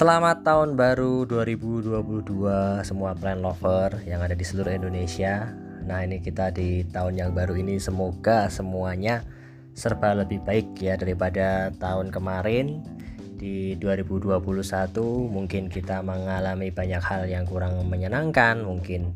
Selamat tahun baru 2022 semua plant lover yang ada di seluruh Indonesia. Nah, ini kita di tahun yang baru ini semoga semuanya serba lebih baik ya daripada tahun kemarin. Di 2021 mungkin kita mengalami banyak hal yang kurang menyenangkan, mungkin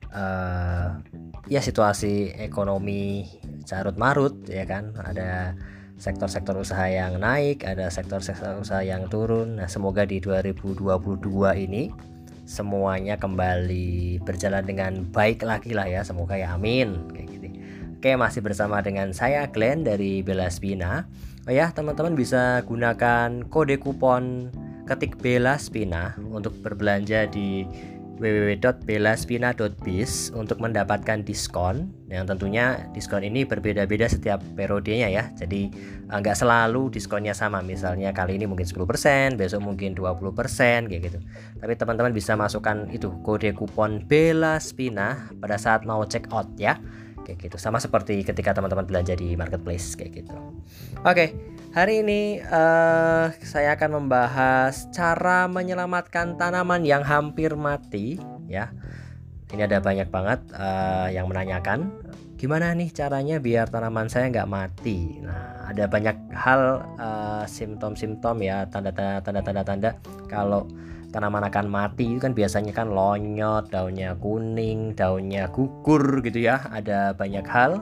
ya situasi ekonomi carut marut ya kan, ada sektor-sektor usaha yang naik, ada sektor-sektor usaha yang turun. Nah, semoga di 2022 ini semuanya kembali berjalan dengan baik lagi lah ya, semoga ya, amin kayak gitu. Oke, masih bersama dengan saya Glenn dari Bella Spina. Oh ya, teman-teman bisa gunakan kode kupon ketik Bella Spina untuk berbelanja di www.bellaspina.biz untuk mendapatkan diskon yang tentunya diskon ini berbeda-beda setiap periodenya ya. Jadi nggak selalu diskonnya sama, misalnya kali ini mungkin 10%, besok mungkin 20% kayak gitu. Tapi teman-teman bisa masukkan itu kode kupon Bella Spina pada saat mau check out ya, kayak gitu, sama seperti ketika teman-teman belanja di marketplace kayak gitu. Oke, hari ini saya akan membahas cara menyelamatkan tanaman yang hampir mati ya. Ini ada banyak banget yang menanyakan gimana nih caranya biar tanaman saya nggak mati. Nah, ada banyak hal simptom-simptom ya, tanda-tanda kalau tanaman akan mati itu kan biasanya kan lonyot, daunnya kuning, daunnya gugur gitu ya. Ada banyak hal.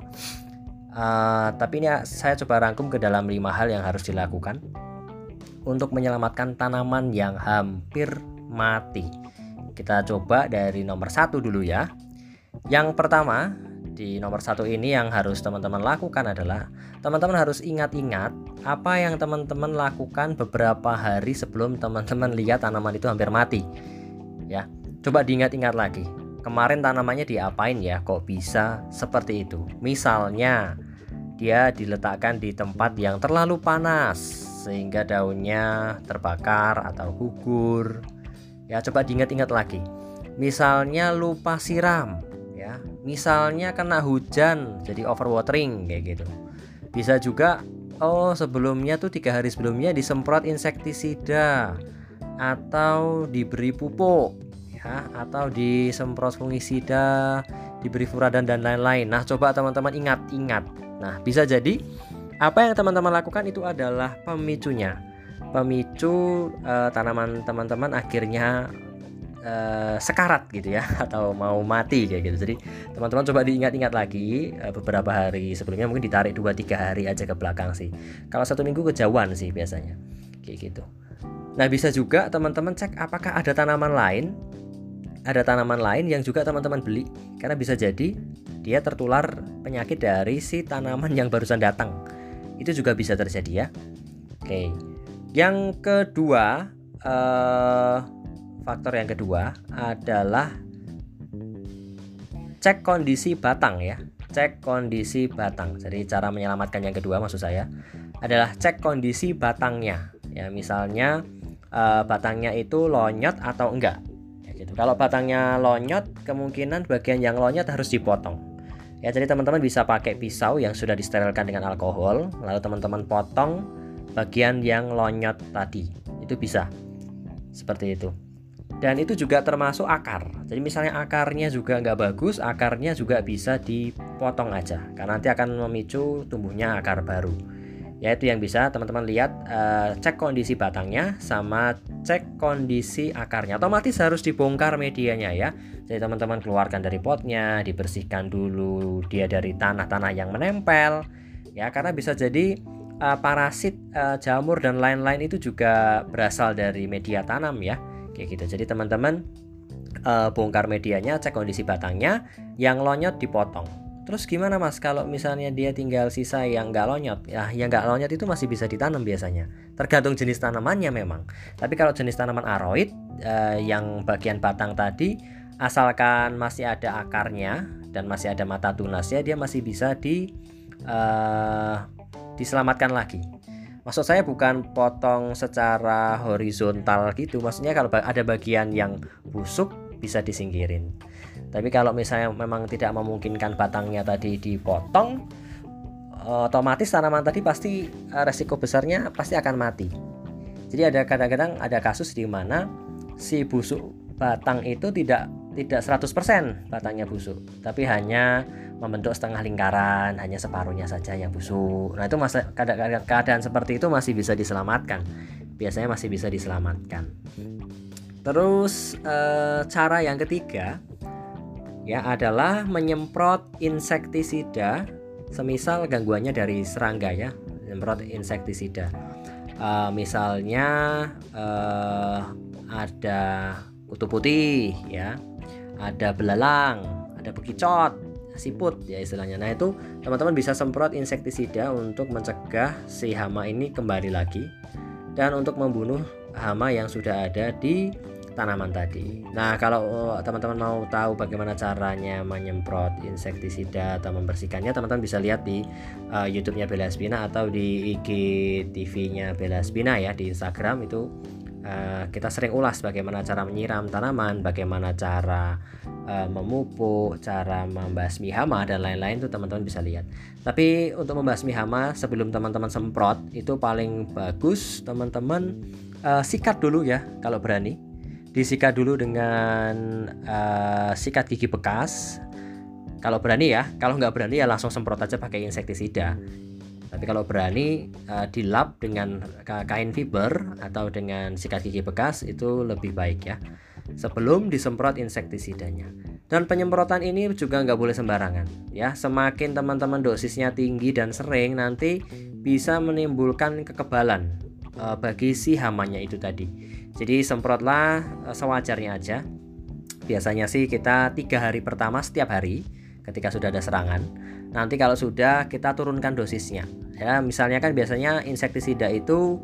Tapi ini saya coba rangkum ke dalam 5 hal yang harus dilakukan untuk menyelamatkan tanaman yang hampir mati. Kita coba dari nomor 1 dulu ya. Yang pertama, di nomor 1 ini yang harus teman-teman lakukan adalah teman-teman harus ingat-ingat apa yang teman-teman lakukan beberapa hari sebelum teman-teman lihat tanaman itu hampir mati ya. Coba diingat-ingat lagi, kemarin tanamannya diapain ya kok bisa seperti itu. Misalnya dia diletakkan di tempat yang terlalu panas sehingga daunnya terbakar atau gugur ya. Coba diingat-ingat lagi, misalnya lupa siram ya, misalnya kena hujan jadi overwatering kayak gitu. Bisa juga sebelumnya tuh 3 hari sebelumnya disemprot insektisida atau diberi pupuk ya, atau disemprot fungisida, diberi furadan dan lain-lain. Nah, coba teman-teman ingat-ingat. Nah, bisa jadi apa yang teman-teman lakukan itu adalah pemicunya. Pemicu tanaman teman-teman akhirnya sekarat gitu ya, atau mau mati kayak gitu. Jadi teman-teman coba diingat-ingat lagi beberapa hari sebelumnya, mungkin ditarik 2-3 hari aja ke belakang sih. Kalau 1 minggu kejauhan sih biasanya kayak gitu. Nah, bisa juga teman-teman cek apakah ada tanaman lain yang juga teman-teman beli, karena bisa jadi dia tertular penyakit dari si tanaman yang barusan datang. Itu juga bisa terjadi ya. Oke. Yang kedua, faktor yang kedua adalah cek kondisi batang ya. Cek kondisi batang. Jadi cara menyelamatkan yang kedua maksud saya adalah cek kondisi batangnya. Ya, misalnya batangnya itu lonyot atau enggak. Ya, gitu. Kalau batangnya lonyot, kemungkinan bagian yang lonyot harus dipotong. Ya, jadi teman-teman bisa pakai pisau yang sudah disterilkan dengan alkohol, lalu teman-teman potong bagian yang lonyot tadi. Itu bisa. Seperti itu. Dan itu juga termasuk akar. Jadi misalnya akarnya juga nggak bagus, akarnya juga bisa dipotong aja, karena nanti akan memicu tumbuhnya akar baru. Ya, itu yang bisa teman-teman lihat, cek kondisi batangnya sama cek kondisi akarnya. Otomatis harus dibongkar medianya ya. Jadi teman-teman keluarkan dari potnya, dibersihkan dulu dia dari tanah-tanah yang menempel ya, karena bisa jadi parasit, jamur dan lain-lain itu juga berasal dari media tanam ya, kayak gitu. Jadi teman-teman bongkar medianya, cek kondisi batangnya, yang lonyot dipotong. Terus gimana mas kalau misalnya dia tinggal sisa yang nggak lonyot? Ya, yang nggak lonyot itu masih bisa ditanam biasanya, tergantung jenis tanamannya memang. Tapi kalau jenis tanaman aroid yang bagian batang tadi, asalkan masih ada akarnya dan masih ada mata tunasnya, dia masih bisa diselamatkan lagi. Maksud saya bukan potong secara horizontal gitu, maksudnya kalau ada bagian yang busuk bisa disingkirin. Tapi kalau misalnya memang tidak memungkinkan batangnya tadi dipotong, otomatis tanaman tadi pasti resiko besarnya pasti akan mati. Jadi kadang-kadang ada kasus di mana si busuk batang itu tidak 100% batangnya busuk, tapi hanya membentuk setengah lingkaran, hanya separuhnya saja yang busuk. Nah itu keadaan seperti itu masih bisa diselamatkan, biasanya masih bisa diselamatkan. Terus cara yang ketiga ya adalah menyemprot insektisida, semisal gangguannya dari serangga ya, menyemprot insektisida. Misalnya ada kutu putih ya, ada belalang, ada bekicot, siput ya istilahnya. Nah itu teman-teman bisa semprot insektisida untuk mencegah si hama ini kembali lagi dan untuk membunuh hama yang sudah ada di tanaman tadi. Nah kalau teman-teman mau tahu bagaimana caranya menyemprot insektisida atau membersihkannya, teman-teman bisa lihat di YouTube-nya Bella Spina atau di IGTV-nya Bella Spina ya, di Instagram itu kita sering ulas bagaimana cara menyiram tanaman, bagaimana cara memupuk, cara membasmi hama dan lain-lain, tuh teman-teman bisa lihat. Tapi untuk membasmi hama sebelum teman-teman semprot itu paling bagus teman-teman sikat dulu ya, kalau berani disikat dulu dengan sikat gigi bekas kalau berani ya. Kalau nggak berani ya langsung semprot aja pakai insektisida. Tapi kalau berani dilap dengan kain fiber atau dengan sikat gigi bekas itu lebih baik ya, sebelum disemprot insektisidanya. Dan penyemprotan ini juga nggak boleh sembarangan ya. Semakin teman-teman dosisnya tinggi dan sering, nanti bisa menimbulkan kekebalan bagi si hamanya itu tadi. Jadi semprotlah sewajarnya aja. Biasanya sih kita 3 hari pertama setiap hari ketika sudah ada serangan. Nanti kalau sudah, kita turunkan dosisnya ya. Misalnya kan biasanya insektisida itu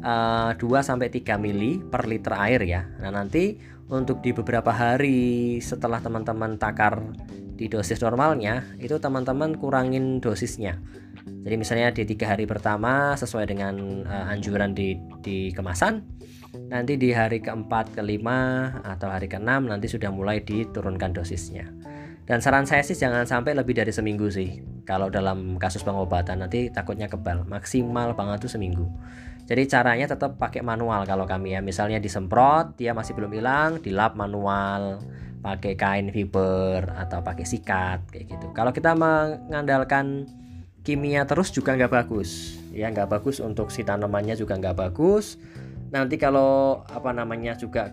2-3 mili per liter air ya. Nah nanti untuk di beberapa hari setelah teman-teman takar di dosis normalnya, itu teman-teman kurangin dosisnya. Jadi misalnya di 3 hari pertama sesuai dengan anjuran di kemasan, nanti di hari keempat, kelima, atau hari keenam nanti sudah mulai diturunkan dosisnya. Dan saran saya sih jangan sampai lebih dari seminggu sih. Kalau dalam kasus pengobatan nanti takutnya kebal, maksimal banget tuh seminggu. Jadi caranya tetap pakai manual kalau kami ya. Misalnya disemprot, dia masih belum hilang, dilap manual, pakai kain fiber atau pakai sikat kayak gitu. Kalau kita mengandalkan kimia terus juga nggak bagus ya, nggak bagus untuk si tanamannya juga nggak bagus. Nanti kalau juga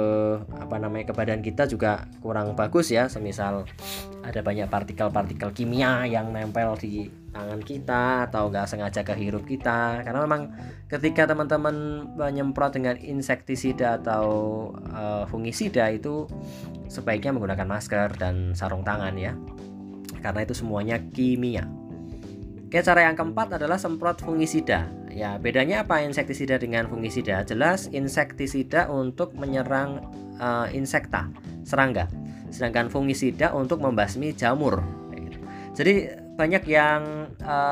ke badan kita juga kurang bagus ya. Semisal ada banyak partikel-partikel kimia yang nempel di tangan kita atau nggak sengaja kehirup kita. Karena memang ketika teman-teman menyemprot dengan insektisida atau fungisida itu sebaiknya menggunakan masker dan sarung tangan ya, karena itu semuanya kimia. Oke, cara yang keempat adalah semprot fungisida. Ya, bedanya apa insektisida dengan fungisida? Jelas insektisida untuk menyerang insekta, serangga. Sedangkan fungisida untuk membasmi jamur. Jadi banyak yang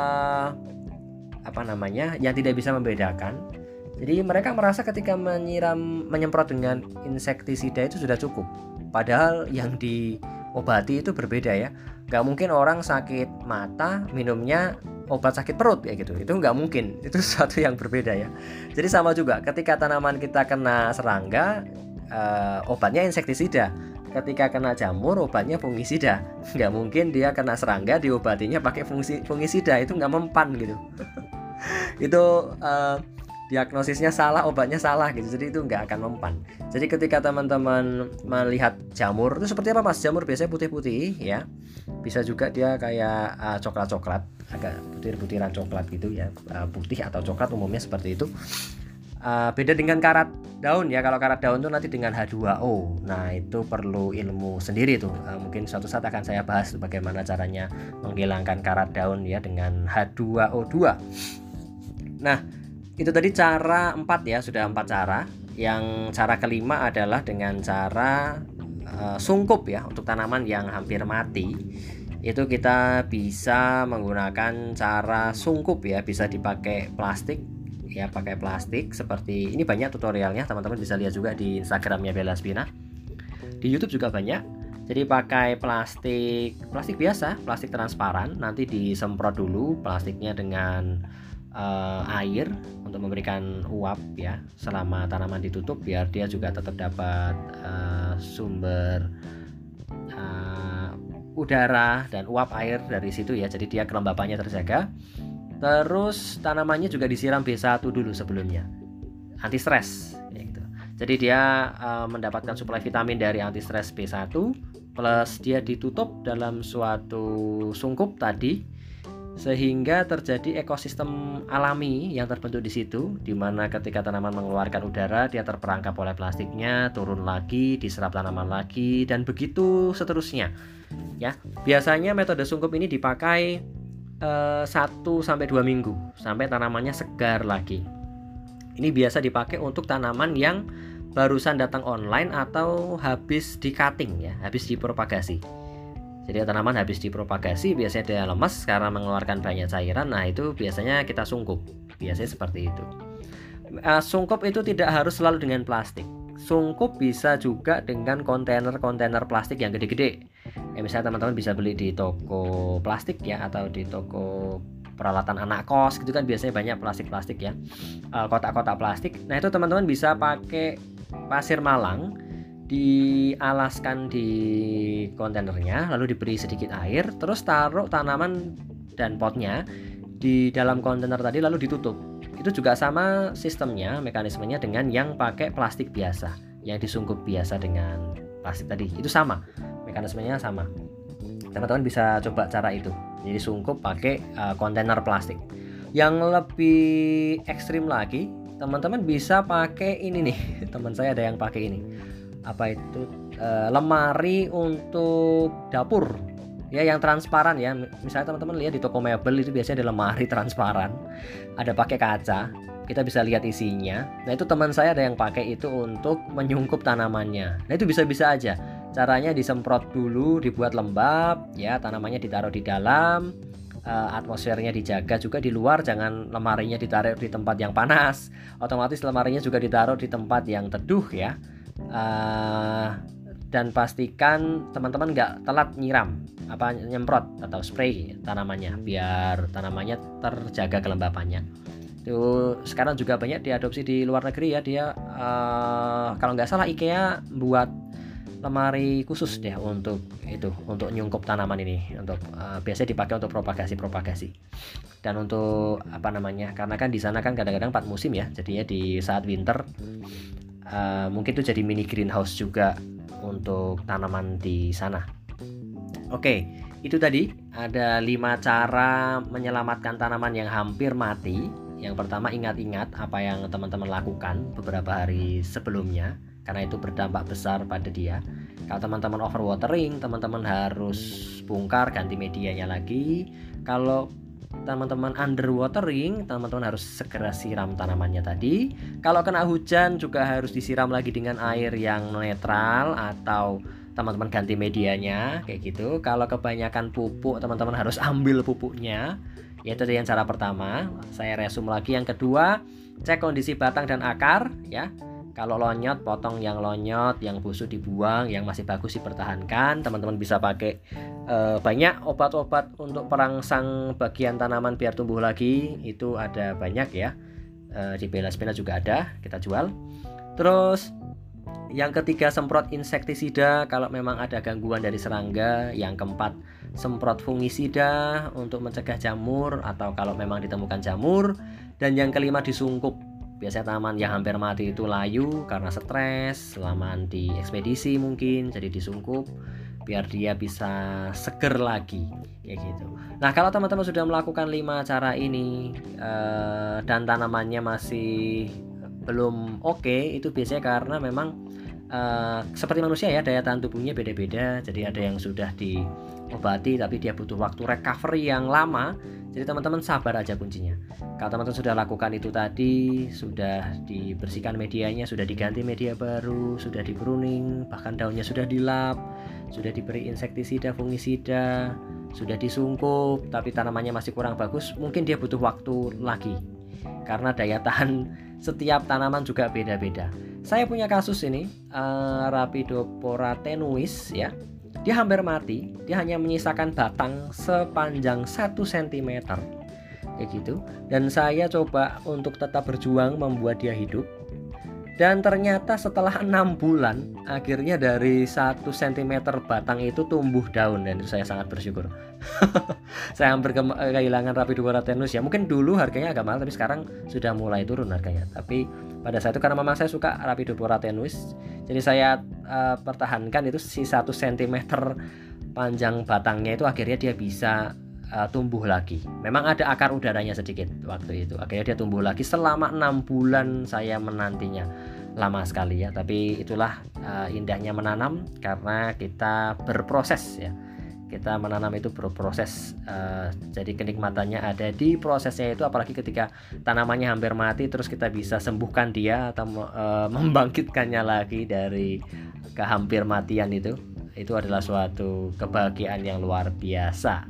yang tidak bisa membedakan. Jadi mereka merasa ketika menyemprot dengan insektisida itu sudah cukup. Padahal yang diobati itu berbeda ya. Gak mungkin orang sakit mata minumnya obat sakit perut kayak gitu. Itu nggak mungkin. Itu sesuatu yang berbeda ya. Jadi sama juga ketika tanaman kita kena serangga, obatnya insektisida. Ketika kena jamur, obatnya fungisida. Nggak mungkin dia kena serangga diobatinya pakai fungisida. Itu nggak mempan gitu. Itu diagnosisnya salah, obatnya salah gitu. Jadi itu nggak akan mempan. Jadi ketika teman-teman melihat jamur itu seperti apa mas? Jamur biasanya putih-putih ya. Bisa juga dia kayak coklat-coklat, agak butir-butiran coklat gitu ya, putih atau coklat umumnya seperti itu. Beda dengan karat daun ya. Kalau karat daun tuh nanti dengan H2O. Nah itu perlu ilmu sendiri tuh. Mungkin suatu saat akan saya bahas bagaimana caranya menghilangkan karat daun ya dengan H2O2. Nah itu tadi cara 4 ya, sudah 4 cara. Yang cara kelima adalah dengan cara sungkup ya. Untuk tanaman yang hampir mati itu kita bisa menggunakan cara sungkup ya. Bisa dipakai plastik ya, pakai plastik seperti ini. Banyak tutorialnya, teman-teman bisa lihat juga di Instagramnya Bella Spina. Di YouTube juga banyak. Jadi pakai plastik biasa, plastik transparan. Nanti disemprot dulu plastiknya dengan air untuk memberikan uap ya selama tanaman ditutup, biar dia juga tetap dapat sumber udara dan uap air dari situ ya, jadi dia kelembapannya terjaga. Terus tanamannya juga disiram B1 dulu sebelumnya, anti stres ya gitu. Jadi dia mendapatkan suplai vitamin dari anti stres B1, plus dia ditutup dalam suatu sungkup tadi, sehingga terjadi ekosistem alami yang terbentuk di situ, di mana ketika tanaman mengeluarkan udara, dia terperangkap oleh plastiknya, turun lagi, diserap tanaman lagi, dan begitu seterusnya. Ya, biasanya metode sungkup ini dipakai 1-2 minggu sampai tanamannya segar lagi. Ini biasa dipakai untuk tanaman yang barusan datang online atau habis di cutting ya, habis dipropagasi. Jadi tanaman habis dipropagasi biasanya dia lemas karena mengeluarkan banyak cairan. Nah itu biasanya kita sungkup, biasanya seperti itu. Sungkup itu tidak harus selalu dengan plastik. Sungkup bisa juga dengan kontainer-kontainer plastik yang gede-gede. Misalnya teman-teman bisa beli di toko plastik ya, atau di toko peralatan anak kos gitu kan, biasanya banyak plastik-plastik ya, kotak-kotak plastik. Nah itu teman-teman bisa pakai pasir malang, dialaskan di kontainernya, lalu diberi sedikit air, terus taruh tanaman dan potnya di dalam kontainer tadi, lalu ditutup. Itu juga sama sistemnya, mekanismenya dengan yang pakai plastik biasa, yang disungkup biasa dengan plastik tadi. Itu sama, mekanismenya sama. Teman-teman bisa coba cara itu. Jadi sungkup pakai kontainer plastik. Yang lebih ekstrim lagi, teman-teman bisa pakai ini nih. Teman saya ada yang pakai ini. Apa itu? Lemari untuk dapur. Ya, yang transparan ya. Misalnya teman-teman lihat di toko mebel itu biasanya ada lemari transparan. Ada pakai kaca. Kita bisa lihat isinya. Nah, itu teman saya ada yang pakai itu untuk menyungkup tanamannya. Nah, itu bisa-bisa aja. Caranya disemprot dulu, dibuat lembab ya, tanamannya ditaruh di dalam, atmosfernya dijaga juga di luar, jangan lemarinya ditaruh di tempat yang panas, otomatis lemarinya juga ditaruh di tempat yang teduh ya. Dan pastikan teman-teman nggak telat nyiram nyemprot atau spray tanamannya, biar tanamannya terjaga kelembapannya. Itu sekarang juga banyak diadopsi di luar negeri ya, dia kalau nggak salah IKEA buat lemari khusus deh untuk itu, untuk nyungkup tanaman ini, untuk biasanya dipakai untuk propagasi. Dan untuk karena kan di sana kan kadang-kadang 4 musim ya, jadinya di saat winter mungkin itu jadi mini greenhouse juga untuk tanaman di sana. Oke, itu tadi ada 5 cara menyelamatkan tanaman yang hampir mati. Yang pertama, ingat-ingat apa yang teman-teman lakukan beberapa hari sebelumnya, karena itu berdampak besar pada dia. Kalau teman-teman overwatering, teman-teman harus bongkar, ganti medianya lagi. Kalau teman-teman underwatering, teman-teman harus segera siram tanamannya tadi. Kalau kena hujan juga harus disiram lagi dengan air yang netral, atau teman-teman ganti medianya kayak gitu. Kalau kebanyakan pupuk, teman-teman harus ambil pupuknya. Itu yang cara pertama. Saya resume lagi. Yang kedua, cek kondisi batang dan akar ya. Kalau lonyot, potong yang lonyot, yang busuk dibuang, yang masih bagus dipertahankan. Teman-teman bisa pakai banyak obat-obat untuk perangsang bagian tanaman biar tumbuh lagi. Itu ada banyak ya, di Bella Spina juga ada, kita jual. Terus yang ketiga, semprot insektisida kalau memang ada gangguan dari serangga. Yang keempat, semprot fungisida untuk mencegah jamur atau kalau memang ditemukan jamur. Dan yang kelima, disungkup. Biasanya tanaman yang hampir mati itu layu karena stres selama di ekspedisi mungkin, jadi disungkup biar dia bisa seger lagi kayak gitu. Nah, kalau teman-teman sudah melakukan 5 cara ini dan tanamannya masih belum oke, itu biasanya karena memang seperti manusia ya, daya tahan tubuhnya beda-beda. Jadi ada yang sudah diobati tapi dia butuh waktu recovery yang lama. Jadi teman-teman sabar aja kuncinya. Kalau teman-teman sudah lakukan itu tadi, sudah dibersihkan medianya, sudah diganti media baru, sudah di pruning, bahkan daunnya sudah dilap, sudah diberi insektisida, fungisida, sudah disungkup, tapi tanamannya masih kurang bagus, mungkin dia butuh waktu lagi. Karena daya tahan setiap tanaman juga beda-beda. Saya punya kasus ini, Rhaphidophora tenuis ya. Dia hampir mati, dia hanya menyisakan batang sepanjang 1 cm. kayak gitu. Dan saya coba untuk tetap berjuang membuat dia hidup. Dan ternyata setelah 6 bulan akhirnya dari 1 cm batang itu tumbuh daun, dan itu saya sangat bersyukur. Saya hampir kehilangan Rhaphidophora tenuis ya. Mungkin dulu harganya agak mahal tapi sekarang sudah mulai turun harganya. Tapi pada saat itu karena memang saya suka Rhaphidophora tenuis, jadi saya pertahankan itu si 1 cm panjang batangnya itu, akhirnya dia bisa tumbuh lagi. Memang ada akar udaranya sedikit waktu itu. Akhirnya dia tumbuh lagi selama 6 bulan saya menantinya. Lama sekali ya, tapi itulah indahnya menanam karena kita berproses ya. Kita menanam itu berproses, jadi kenikmatannya ada di prosesnya itu, apalagi ketika tanamannya hampir mati terus kita bisa sembuhkan dia atau membangkitkannya lagi dari kehampir matian itu adalah suatu kebahagiaan yang luar biasa.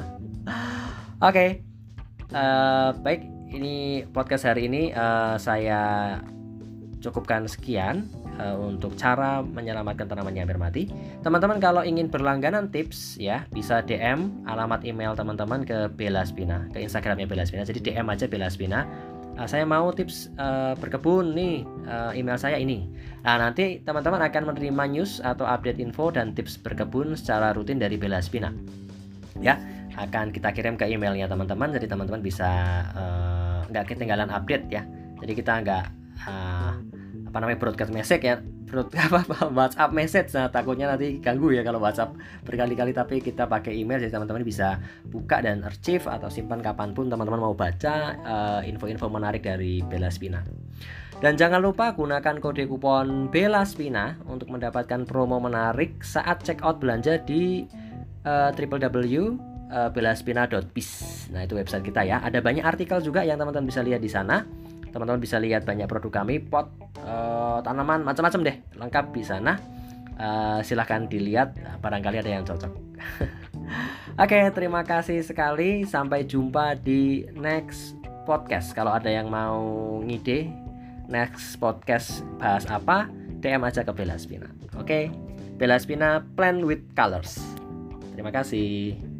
Oke. Baik, ini podcast hari ini saya cukupkan sekian untuk cara menyelamatkan tanaman yang hampir mati. Teman-teman kalau ingin berlangganan tips ya, bisa DM alamat email teman-teman ke Bella Spina, ke Instagramnya Bella Spina. Jadi DM aja Bella Spina. Saya mau tips berkebun nih, email saya ini. Nah, nanti teman-teman akan menerima news atau update info dan tips berkebun secara rutin dari Bella Spina. Ya, akan kita kirim ke emailnya teman-teman. Jadi teman-teman bisa nggak ketinggalan update ya. Jadi kita nggak broadcast message ya, WhatsApp message. Nah, takutnya nanti ganggu ya kalau WhatsApp berkali-kali, tapi kita pakai email jadi teman-teman bisa buka dan archive atau simpan kapanpun teman-teman mau baca info-info menarik dari Bella Spina. Dan jangan lupa gunakan kode kupon Bella Spina untuk mendapatkan promo menarik saat check out belanja di www.bellaspina.biz. Nah, itu website kita ya. Ada banyak artikel juga yang teman-teman bisa lihat di sana. Teman-teman bisa lihat banyak produk kami, pot, tanaman, macam-macam deh, lengkap di sana. Silahkan dilihat, barangkali ada yang cocok. Oke, terima kasih sekali. Sampai jumpa di next podcast. Kalau ada yang mau ngide next podcast bahas apa, DM aja ke Bella Spina. Oke, Bella Spina, Plant with Colors. Terima kasih.